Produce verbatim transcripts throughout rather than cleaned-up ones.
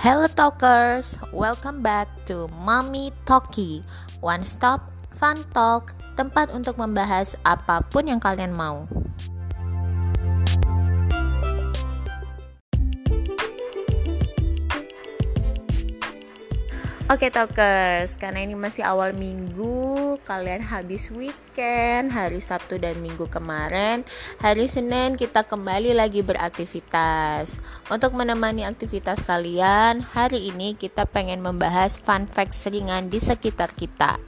Hello talkers, welcome back to Mommy Talkie, one stop fun talk, tempat untuk membahas apapun yang kalian mau. Oke talkers, karena ini masih awal minggu, kalian habis weekend, hari Sabtu dan Minggu kemarin, hari Senin kita kembali lagi beraktivitas. Untuk menemani aktivitas kalian, hari ini kita pengen membahas fun fact ringan di sekitar kita.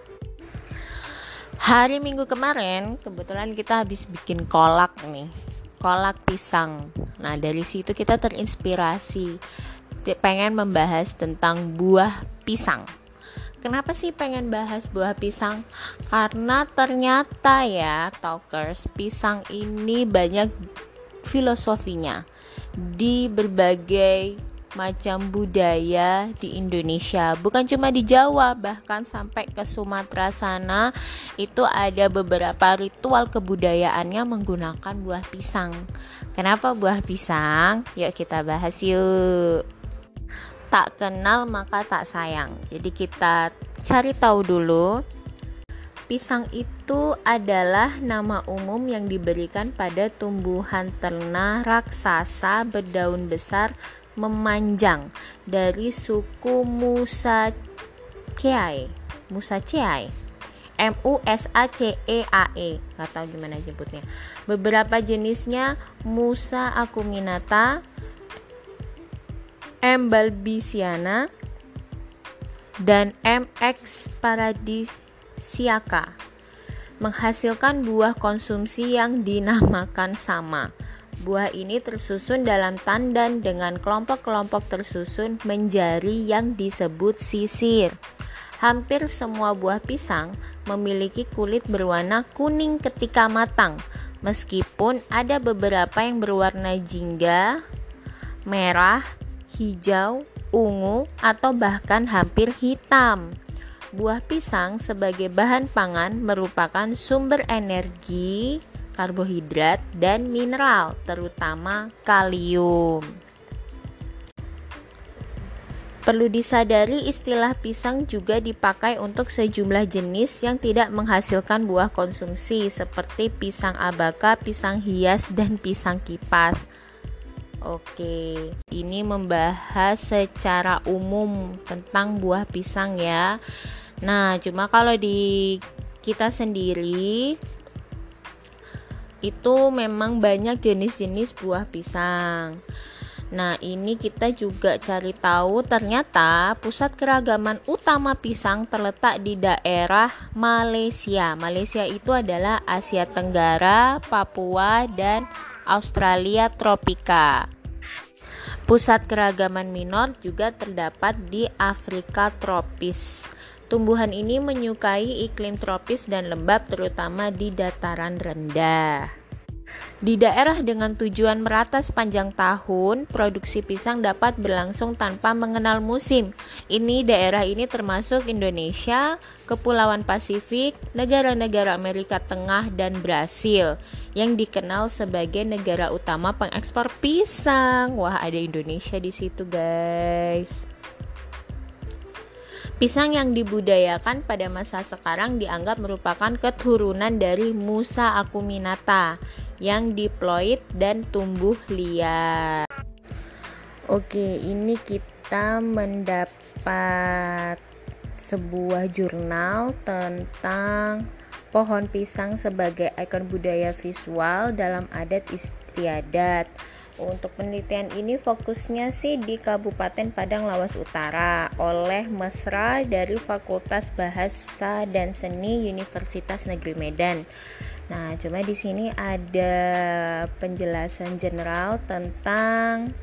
Hari Minggu kemarin, kebetulan kita habis bikin kolak nih, kolak pisang. Nah dari situ kita terinspirasi, pengen membahas tentang buah pisang. Kenapa sih pengen bahas buah pisang? Karena ternyata ya talkers, pisang ini banyak filosofinya di berbagai macam budaya di Indonesia. Bukan cuma di Jawa, bahkan sampai ke Sumatera sana itu ada beberapa ritual kebudayaannya menggunakan buah pisang. Kenapa buah pisang? Yuk kita bahas yuk. Tak kenal maka tak sayang. Jadi kita cari tahu dulu. Pisang itu adalah nama umum yang diberikan pada tumbuhan ternak raksasa berdaun besar memanjang dari suku Musaceae. Musaceae. M U S A C E A E. Enggak tahu gimana nyebutnya. Beberapa jenisnya Musa acuminata, M. balbisiana, dan M. X. paradisiaca menghasilkan buah konsumsi yang dinamakan sama. Buah ini tersusun dalam tandan dengan kelompok-kelompok tersusun menjari yang disebut sisir. Hampir semua buah pisang memiliki kulit berwarna kuning ketika matang, meskipun ada beberapa yang berwarna jingga, merah, hijau, ungu, atau bahkan hampir hitam. Buah pisang sebagai bahan pangan merupakan sumber energi, karbohidrat, dan mineral, terutama kalium. Perlu disadari istilah pisang juga dipakai untuk sejumlah jenis yang tidak menghasilkan buah konsumsi seperti pisang abaka, pisang hias, dan pisang kipas. Oke, ini membahas secara umum tentang buah pisang ya. Nah, cuma kalau di kita sendiri itu memang banyak jenis-jenis buah pisang. Nah, ini kita juga cari tahu ternyata pusat keragaman utama pisang terletak di daerah Malaysia. Malaysia itu adalah Asia Tenggara, Papua, dan Australia tropika. Pusat keragaman minor juga terdapat di Afrika tropis. Tumbuhan ini menyukai iklim tropis dan lembab, terutama di dataran rendah. Di daerah dengan tujuan merata sepanjang tahun, produksi pisang dapat berlangsung tanpa mengenal musim. Ini daerah ini termasuk Indonesia, Kepulauan Pasifik, negara-negara Amerika Tengah, dan Brasil, yang dikenal sebagai negara utama pengekspor pisang. Wah, ada Indonesia di situ, guys. Pisang yang dibudayakan pada masa sekarang dianggap merupakan keturunan dari Musa acuminata yang diploid dan tumbuh liar. Oke, ini kita mendapat sebuah jurnal tentang pohon pisang sebagai ikon budaya visual dalam adat istiadat. Untuk penelitian ini fokusnya sih di Kabupaten Padang Lawas Utara oleh Mesra dari Fakultas Bahasa dan Seni Universitas Negeri Medan. Nah, cuma di sini ada penjelasan general tentang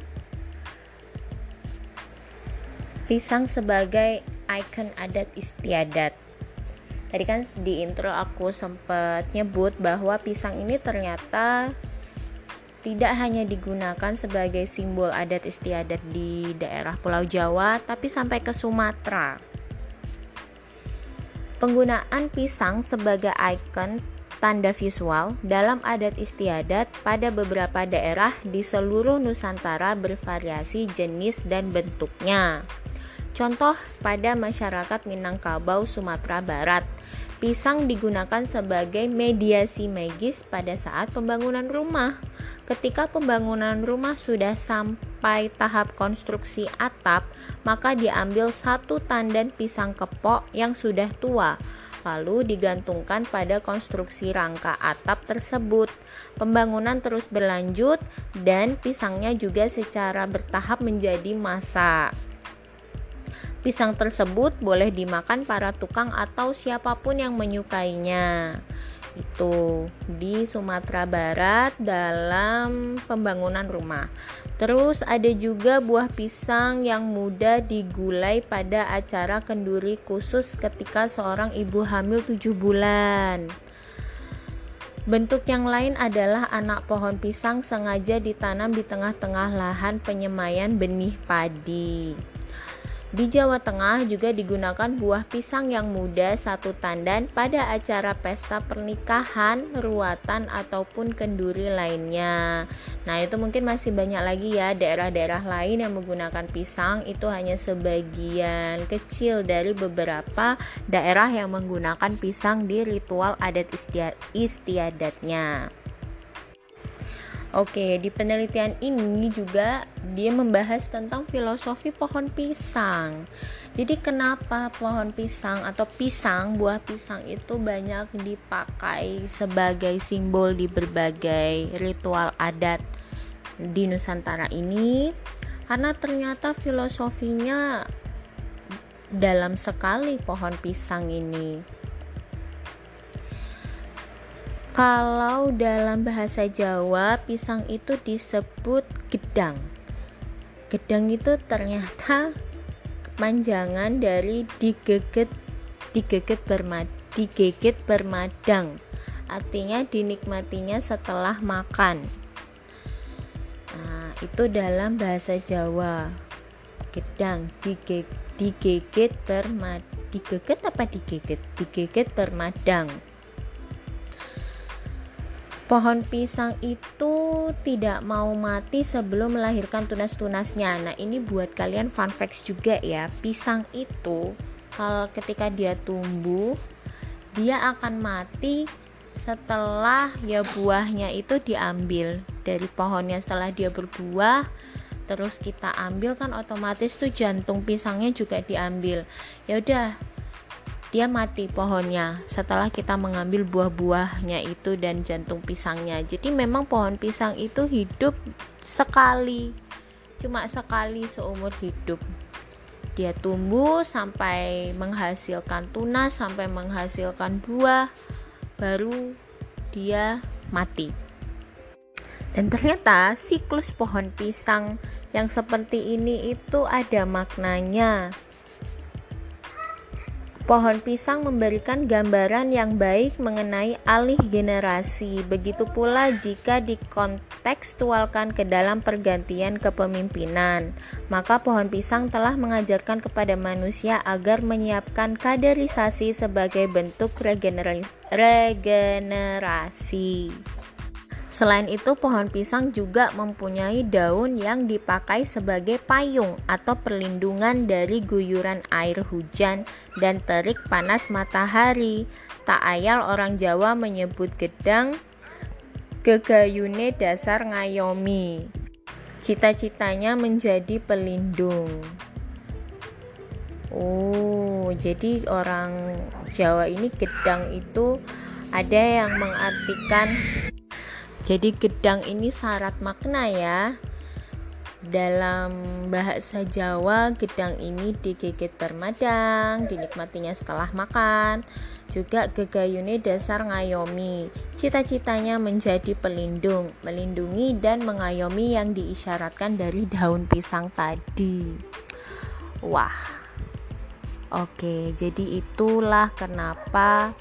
pisang sebagai ikon adat istiadat. Tadi kan di intro aku sempat nyebut bahwa pisang ini ternyata tidak hanya digunakan sebagai simbol adat istiadat di daerah Pulau Jawa, tapi sampai ke Sumatera. Penggunaan pisang sebagai ikon tanda visual dalam adat istiadat pada beberapa daerah di seluruh Nusantara bervariasi jenis dan bentuknya. Contoh pada masyarakat Minangkabau, Sumatera Barat, pisang digunakan sebagai mediasi magis pada saat pembangunan rumah. Ketika pembangunan rumah sudah sampai tahap konstruksi atap, maka diambil satu tandan pisang kepok yang sudah tua, lalu digantungkan pada konstruksi rangka atap tersebut. Pembangunan terus berlanjut dan pisangnya juga secara bertahap menjadi masak. Pisang tersebut boleh dimakan para tukang atau siapapun yang menyukainya. Itu di Sumatera Barat dalam pembangunan rumah. Terus ada juga buah pisang yang mudah digulai pada acara kenduri khusus ketika seorang ibu hamil tujuh bulan. Bentuk yang lain adalah anak pohon pisang sengaja ditanam di tengah-tengah lahan penyemaian benih padi. Di Jawa Tengah juga digunakan buah pisang yang muda satu tandan pada acara pesta pernikahan, ruatan, ataupun kenduri lainnya. Nah, itu mungkin masih banyak lagi ya daerah-daerah lain yang menggunakan pisang. Itu hanya sebagian kecil dari beberapa daerah yang menggunakan pisang di ritual adat istiadatnya. Oke, di penelitian ini juga dia membahas tentang filosofi pohon pisang. Jadi kenapa pohon pisang atau pisang, buah pisang itu banyak dipakai sebagai simbol di berbagai ritual adat di Nusantara ini? Karena ternyata filosofinya dalam sekali pohon pisang ini. Kalau dalam bahasa Jawa, pisang itu disebut gedang. Gedang itu ternyata kepanjangan dari digeget, digeget bermad, digigit bermadang. Artinya dinikmatinya setelah makan. Nah, itu dalam bahasa Jawa. Gedang, digigit, digigit bermad, digigit apa digigit? Digigit bermadang. Pohon pisang itu tidak mau mati sebelum melahirkan tunas-tunasnya. Nah, ini buat kalian fun facts juga ya. Pisang itu kalau ketika dia tumbuh, dia akan mati setelah ya buahnya itu diambil dari pohonnya. Setelah dia berbuah, terus kita ambil kan otomatis tuh jantung pisangnya juga diambil. Ya udah, dia mati pohonnya setelah kita mengambil buah-buahnya itu dan jantung pisangnya. Jadi memang pohon pisang itu hidup sekali, cuma sekali seumur hidup. Dia tumbuh sampai menghasilkan tunas, sampai menghasilkan buah, baru dia mati. Dan ternyata siklus pohon pisang yang seperti ini itu ada maknanya. Pohon pisang memberikan gambaran yang baik mengenai alih generasi. Begitu pula jika dikontekstualkan ke dalam pergantian kepemimpinan, maka pohon pisang telah mengajarkan kepada manusia agar menyiapkan kaderisasi sebagai bentuk regenerasi. regenerasi. Selain itu, pohon pisang juga mempunyai daun yang dipakai sebagai payung atau perlindungan dari guyuran air hujan dan terik panas matahari. Tak ayal orang Jawa menyebut gedang gegayune dasar ngayomi. Cita-citanya menjadi pelindung. Oh, jadi orang Jawa ini gedang itu ada yang mengartikan. Jadi gedang ini syarat makna ya. Dalam bahasa Jawa, gedang ini digigit bermadang, dinikmatinya setelah makan. Juga gegayune dasar ngayomi, cita-citanya menjadi pelindung, melindungi dan mengayomi yang diisyaratkan dari daun pisang tadi. Wah, oke, jadi itulah kenapa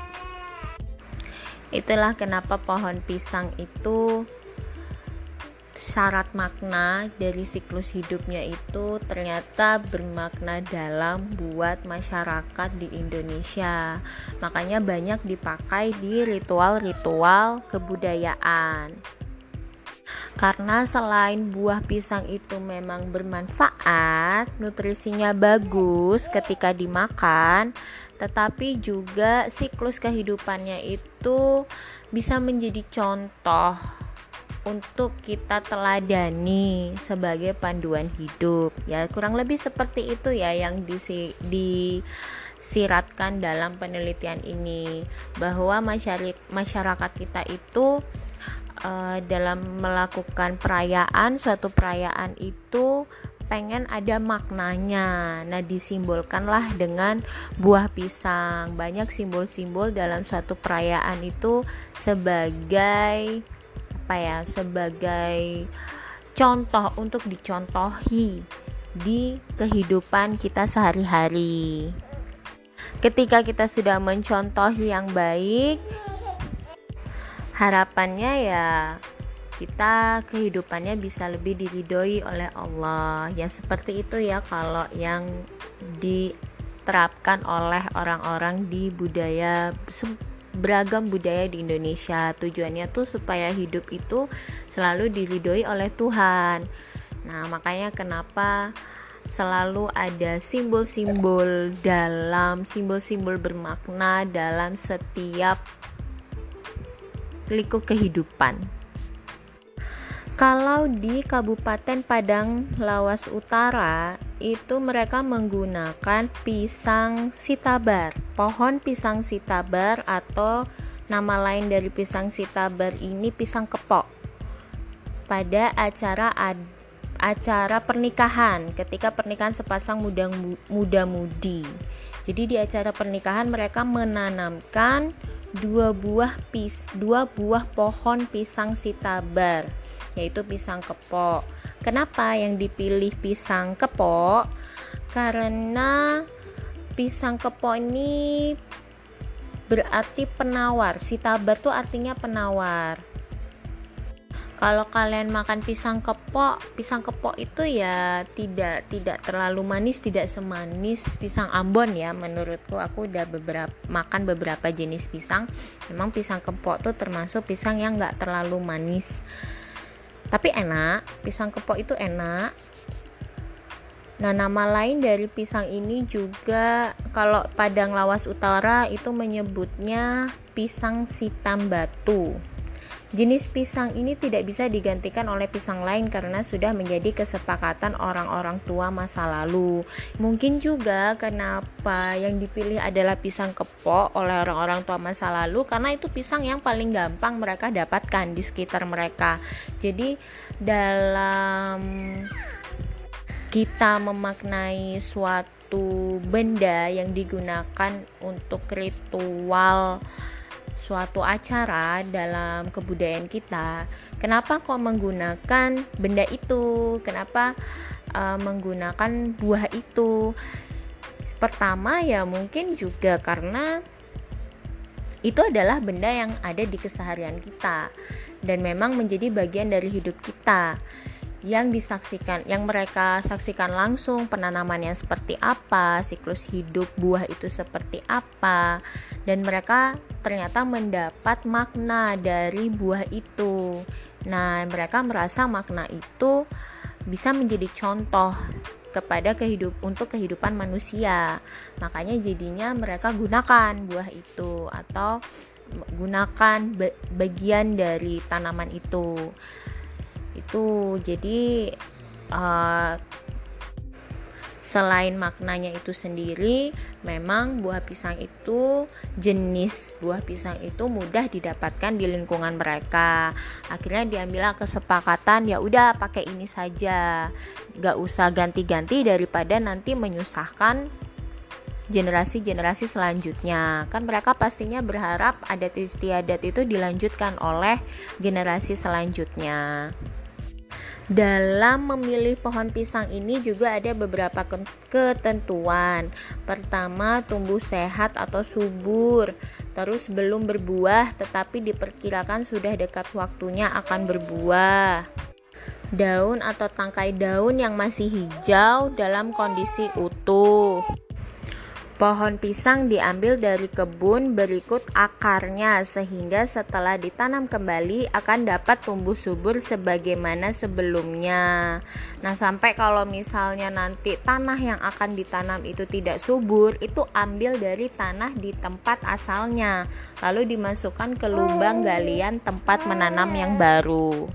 Itulah kenapa pohon pisang itu syarat makna dari siklus hidupnya itu ternyata bermakna dalam buat masyarakat di Indonesia. Makanya banyak dipakai di ritual-ritual kebudayaan. Karena selain buah pisang itu memang bermanfaat, nutrisinya bagus ketika dimakan, tetapi juga siklus kehidupannya itu bisa menjadi contoh untuk kita teladani sebagai panduan hidup. Ya, kurang lebih seperti itu ya yang disi, disiratkan dalam penelitian ini, bahwa masyarakat masyarakat kita itu uh, dalam melakukan perayaan, suatu perayaan itu pengen ada maknanya. Nah, disimbolkanlah dengan buah pisang. Banyak simbol-simbol dalam suatu perayaan itu sebagai apa ya, sebagai contoh untuk dicontohi di kehidupan kita sehari-hari. Ketika kita sudah mencontohi yang baik, harapannya ya kita kehidupannya bisa lebih diridhoi oleh Allah. Ya seperti itu ya kalau yang diterapkan oleh orang-orang di budaya beragam budaya di Indonesia. Tujuannya tuh supaya hidup itu selalu diridhoi oleh Tuhan. Nah, makanya kenapa selalu ada simbol-simbol dalam simbol-simbol bermakna dalam setiap liku kehidupan. Kalau di Kabupaten Padang Lawas Utara itu mereka menggunakan pisang sitabar, pohon pisang sitabar, atau nama lain dari pisang sitabar ini pisang kepok, pada acara ad, acara pernikahan, ketika pernikahan sepasang muda muda-mudi. Jadi di acara pernikahan mereka menanamkan dua buah pis dua buah pohon pisang sitabar, yaitu pisang kepok. Kenapa yang dipilih pisang kepok? Karena pisang kepok ini berarti penawar. Sitabar tuh artinya penawar. Kalau kalian makan pisang kepok, pisang kepok itu ya tidak tidak terlalu manis, tidak semanis pisang Ambon ya. Menurutku, aku udah beberapa makan beberapa jenis pisang. Memang pisang kepok tuh termasuk pisang yang nggak terlalu manis. Tapi enak, pisang kepok itu enak. Nah, nama lain dari pisang ini juga kalau Padang Lawas Utara itu menyebutnya pisang sitam batu. Jenis pisang ini tidak bisa digantikan oleh pisang lain karena sudah menjadi kesepakatan orang-orang tua masa lalu. Mungkin juga kenapa yang dipilih adalah pisang kepok oleh orang-orang tua masa lalu, karena itu pisang yang paling gampang mereka dapatkan di sekitar mereka. Jadi dalam kita memaknai suatu benda yang digunakan untuk ritual suatu acara dalam kebudayaan kita, kenapa kok menggunakan benda itu? Kenapa uh, menggunakan buah itu? Pertama ya mungkin juga karena itu adalah benda yang ada di keseharian kita dan memang menjadi bagian dari hidup kita, yang disaksikan, yang mereka saksikan langsung penanamannya seperti apa, siklus hidup buah itu seperti apa, dan mereka ternyata mendapat makna dari buah itu. Nah, mereka merasa makna itu bisa menjadi contoh kepada kehidup untuk kehidupan manusia. Makanya jadinya mereka gunakan buah itu atau gunakan bagian dari tanaman itu. Itu jadi uh, selain maknanya itu sendiri, memang buah pisang itu, jenis buah pisang itu mudah didapatkan di lingkungan mereka. Akhirnya diambil kesepakatan, ya udah pakai ini saja, gak usah ganti-ganti daripada nanti menyusahkan generasi-generasi selanjutnya. Kan mereka pastinya berharap adat istiadat itu dilanjutkan oleh generasi selanjutnya. Dalam memilih pohon pisang ini juga ada beberapa ketentuan. Pertama, tumbuh sehat atau subur, terus belum berbuah tetapi diperkirakan sudah dekat waktunya akan berbuah. daun atau tangkai daun yang masih hijau dalam kondisi utuh. Pohon pisang diambil dari kebun berikut akarnya sehingga setelah ditanam kembali akan dapat tumbuh subur sebagaimana sebelumnya. Nah, sampai kalau misalnya nanti tanah yang akan ditanam itu tidak subur, itu ambil dari tanah di tempat asalnya, lalu dimasukkan ke lubang galian tempat menanam yang baru.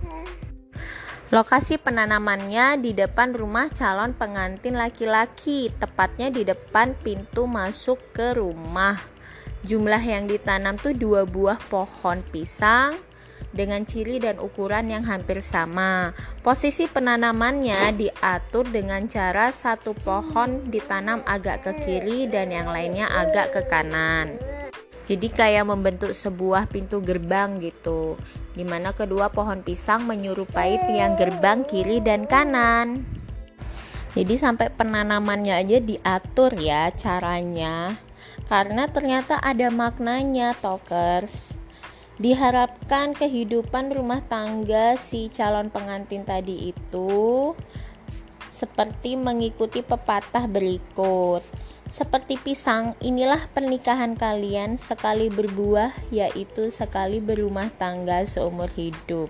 Lokasi penanamannya di depan rumah calon pengantin laki-laki, tepatnya di depan pintu masuk ke rumah. Jumlah yang ditanam tuh dua buah pohon pisang dengan ciri dan ukuran yang hampir sama. Posisi penanamannya diatur dengan cara satu pohon ditanam agak ke kiri dan yang lainnya agak ke kanan. Jadi kayak membentuk sebuah pintu gerbang gitu, dimana kedua pohon pisang menyerupai tiang gerbang kiri dan kanan. Jadi sampai penanamannya aja diatur ya caranya, karena ternyata ada maknanya, Talkers. Diharapkan kehidupan rumah tangga si calon pengantin tadi itu seperti mengikuti pepatah berikut. Seperti pisang, inilah pernikahan kalian, sekali berbuah, yaitu sekali berumah tangga seumur hidup.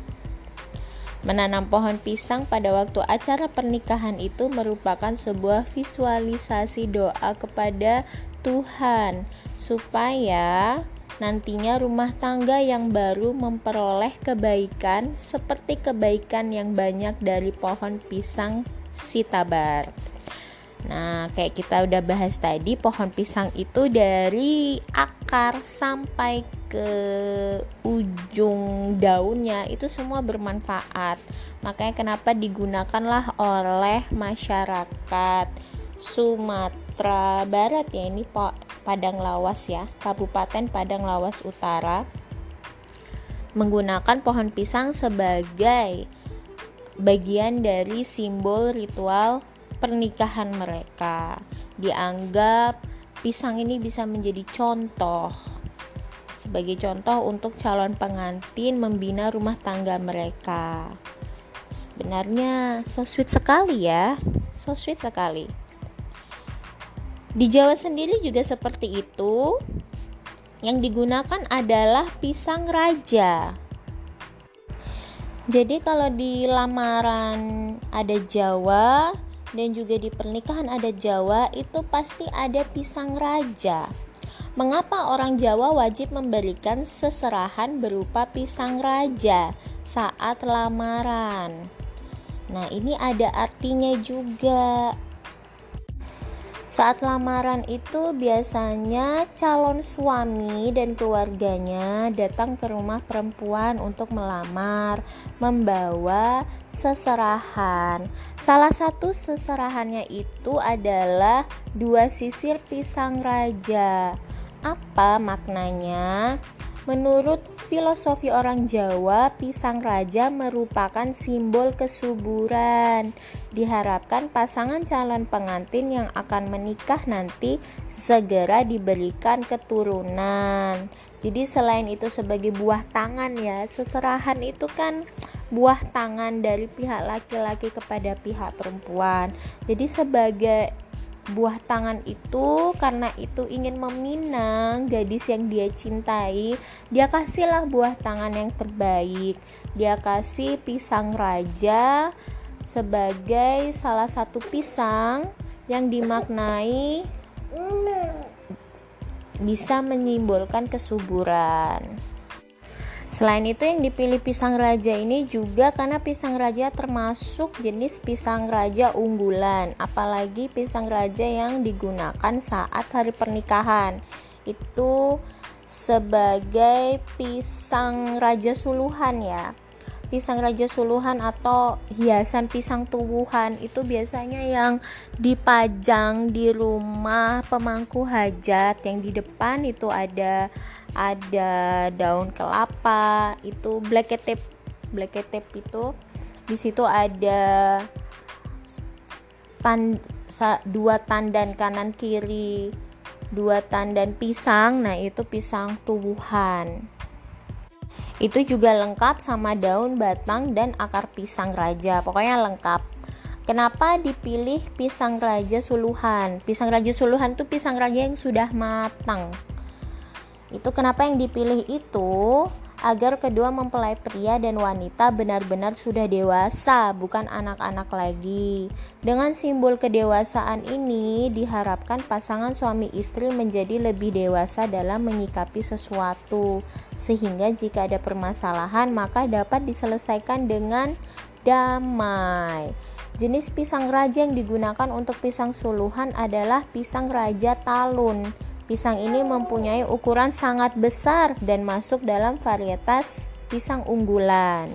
Menanam pohon pisang pada waktu acara pernikahan itu merupakan sebuah visualisasi doa kepada Tuhan, supaya nantinya rumah tangga yang baru memperoleh kebaikan seperti kebaikan yang banyak dari pohon pisang sitabar. Nah, kayak kita udah bahas tadi, pohon pisang itu dari akar sampai ke ujung daunnya itu semua bermanfaat. Makanya kenapa digunakanlah oleh masyarakat Sumatera Barat ya, ini Padang Lawas ya, Kabupaten Padang Lawas Utara, menggunakan pohon pisang sebagai bagian dari simbol ritual pernikahan mereka. Dianggap pisang ini bisa menjadi contoh, sebagai contoh untuk calon pengantin membina rumah tangga mereka. Sebenarnya so sweet sekali ya, so sweet sekali. Di Jawa sendiri juga seperti itu. Yang digunakan adalah pisang raja. Jadi kalau di lamaran ada Jawa dan juga di pernikahan ada Jawa, itu pasti ada pisang raja. Mengapa orang Jawa wajib memberikan seserahan berupa pisang raja saat lamaran? Nah, ini ada artinya juga. Saat lamaran itu biasanya calon suami dan keluarganya datang ke rumah perempuan untuk melamar, membawa seserahan. Salah satu seserahannya itu adalah dua sisir pisang raja. Apa maknanya? Menurut filosofi orang Jawa, pisang raja merupakan simbol kesuburan. Diharapkan pasangan calon pengantin yang akan menikah nanti segera diberikan keturunan. Jadi selain itu sebagai buah tangan ya, seserahan itu kan buah tangan dari pihak laki-laki kepada pihak perempuan. Jadi sebagai buah tangan itu, karena itu ingin meminang gadis yang dia cintai, dia kasihlah buah tangan yang terbaik. Dia kasih pisang raja sebagai salah satu pisang yang dimaknai bisa menyimbolkan kesuburan. Selain itu yang dipilih pisang raja ini juga karena pisang raja termasuk jenis pisang raja unggulan, apalagi pisang raja yang digunakan saat hari pernikahan itu sebagai pisang raja suluhan ya. Pisang raja suluhan atau hiasan pisang tubuhan itu biasanya yang dipajang di rumah pemangku hajat, yang di depan itu ada ada daun kelapa, itu black tape. Black tape itu di situ ada tan, sa, dua tandan kanan kiri, dua tandan pisang. Nah, itu pisang tubuhan. Itu juga lengkap sama daun, batang, dan akar pisang raja. Pokoknya lengkap. Kenapa dipilih pisang raja suluhan? Pisang raja suluhan tuh pisang raja yang sudah matang. Itu kenapa yang dipilih itu? Agar kedua mempelai pria dan wanita benar-benar sudah dewasa, bukan anak-anak lagi. Dengan simbol kedewasaan ini, diharapkan pasangan suami istri menjadi lebih dewasa dalam menyikapi sesuatu, sehingga jika ada permasalahan, maka dapat diselesaikan dengan damai. Jenis pisang raja yang digunakan untuk pisang suluhan adalah pisang raja talun. Pisang ini mempunyai ukuran sangat besar dan masuk dalam varietas pisang unggulan.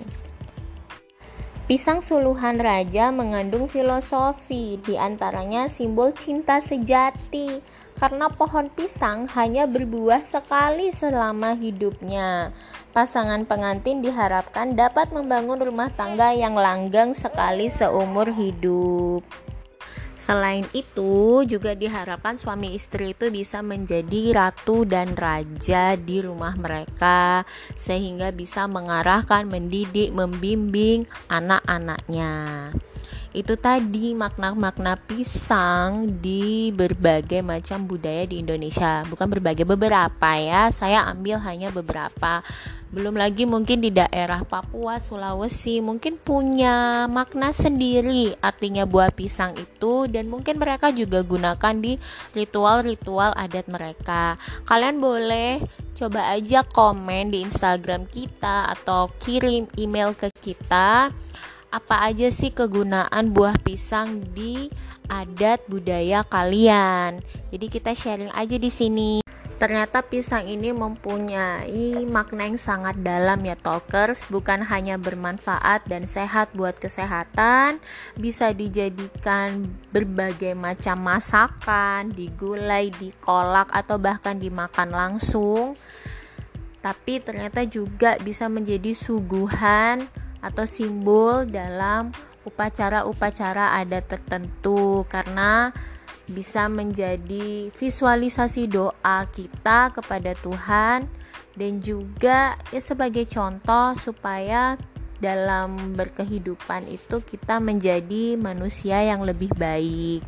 Pisang suluhan raja mengandung filosofi, di antaranya simbol cinta sejati, karena pohon pisang hanya berbuah sekali selama hidupnya. Pasangan pengantin diharapkan dapat membangun rumah tangga yang langgeng sekali seumur hidup. Selain itu, juga diharapkan suami istri itu bisa menjadi ratu dan raja di rumah mereka, sehingga bisa mengarahkan, mendidik, membimbing anak-anaknya. Itu tadi makna-makna pisang di berbagai macam budaya di Indonesia. Bukan berbagai, beberapa ya. Saya ambil hanya beberapa. Belum lagi mungkin di daerah Papua, Sulawesi mungkin punya makna sendiri artinya buah pisang itu, dan mungkin mereka juga gunakan di ritual-ritual adat mereka. Kalian boleh coba aja komen di Instagram kita atau kirim email ke kita, apa aja sih kegunaan buah pisang di adat budaya kalian. Jadi kita sharing aja di sini. Ternyata pisang ini mempunyai makna yang sangat dalam ya talkers, bukan hanya bermanfaat dan sehat buat kesehatan, bisa dijadikan berbagai macam masakan, digulai, dikolak, atau bahkan dimakan langsung. Tapi ternyata juga bisa menjadi suguhan atau simbol dalam upacara-upacara adat tertentu, karena bisa menjadi visualisasi doa kita kepada Tuhan, dan juga ya sebagai contoh supaya dalam berkehidupan itu kita menjadi manusia yang lebih baik.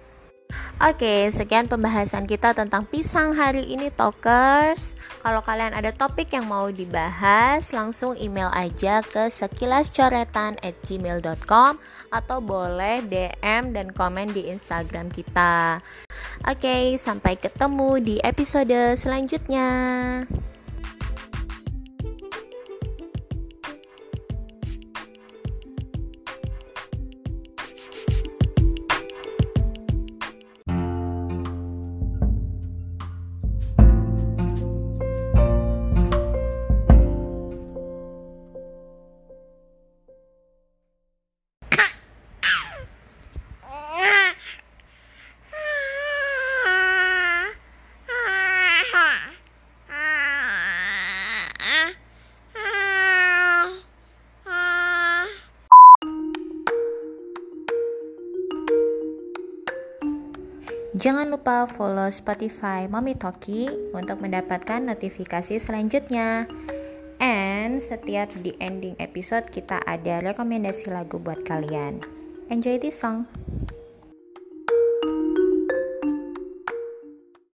Oke, sekian pembahasan kita tentang pisang hari ini talkers. Kalau kalian ada topik yang mau dibahas, langsung email aja ke sekilascoretan at gmail dot com atau boleh D M dan komen di Instagram kita. Oke, sampai ketemu di episode selanjutnya. Jangan lupa follow Spotify Mommy Talkie untuk mendapatkan notifikasi selanjutnya. And setiap di ending episode kita ada rekomendasi lagu buat kalian. Enjoy this song.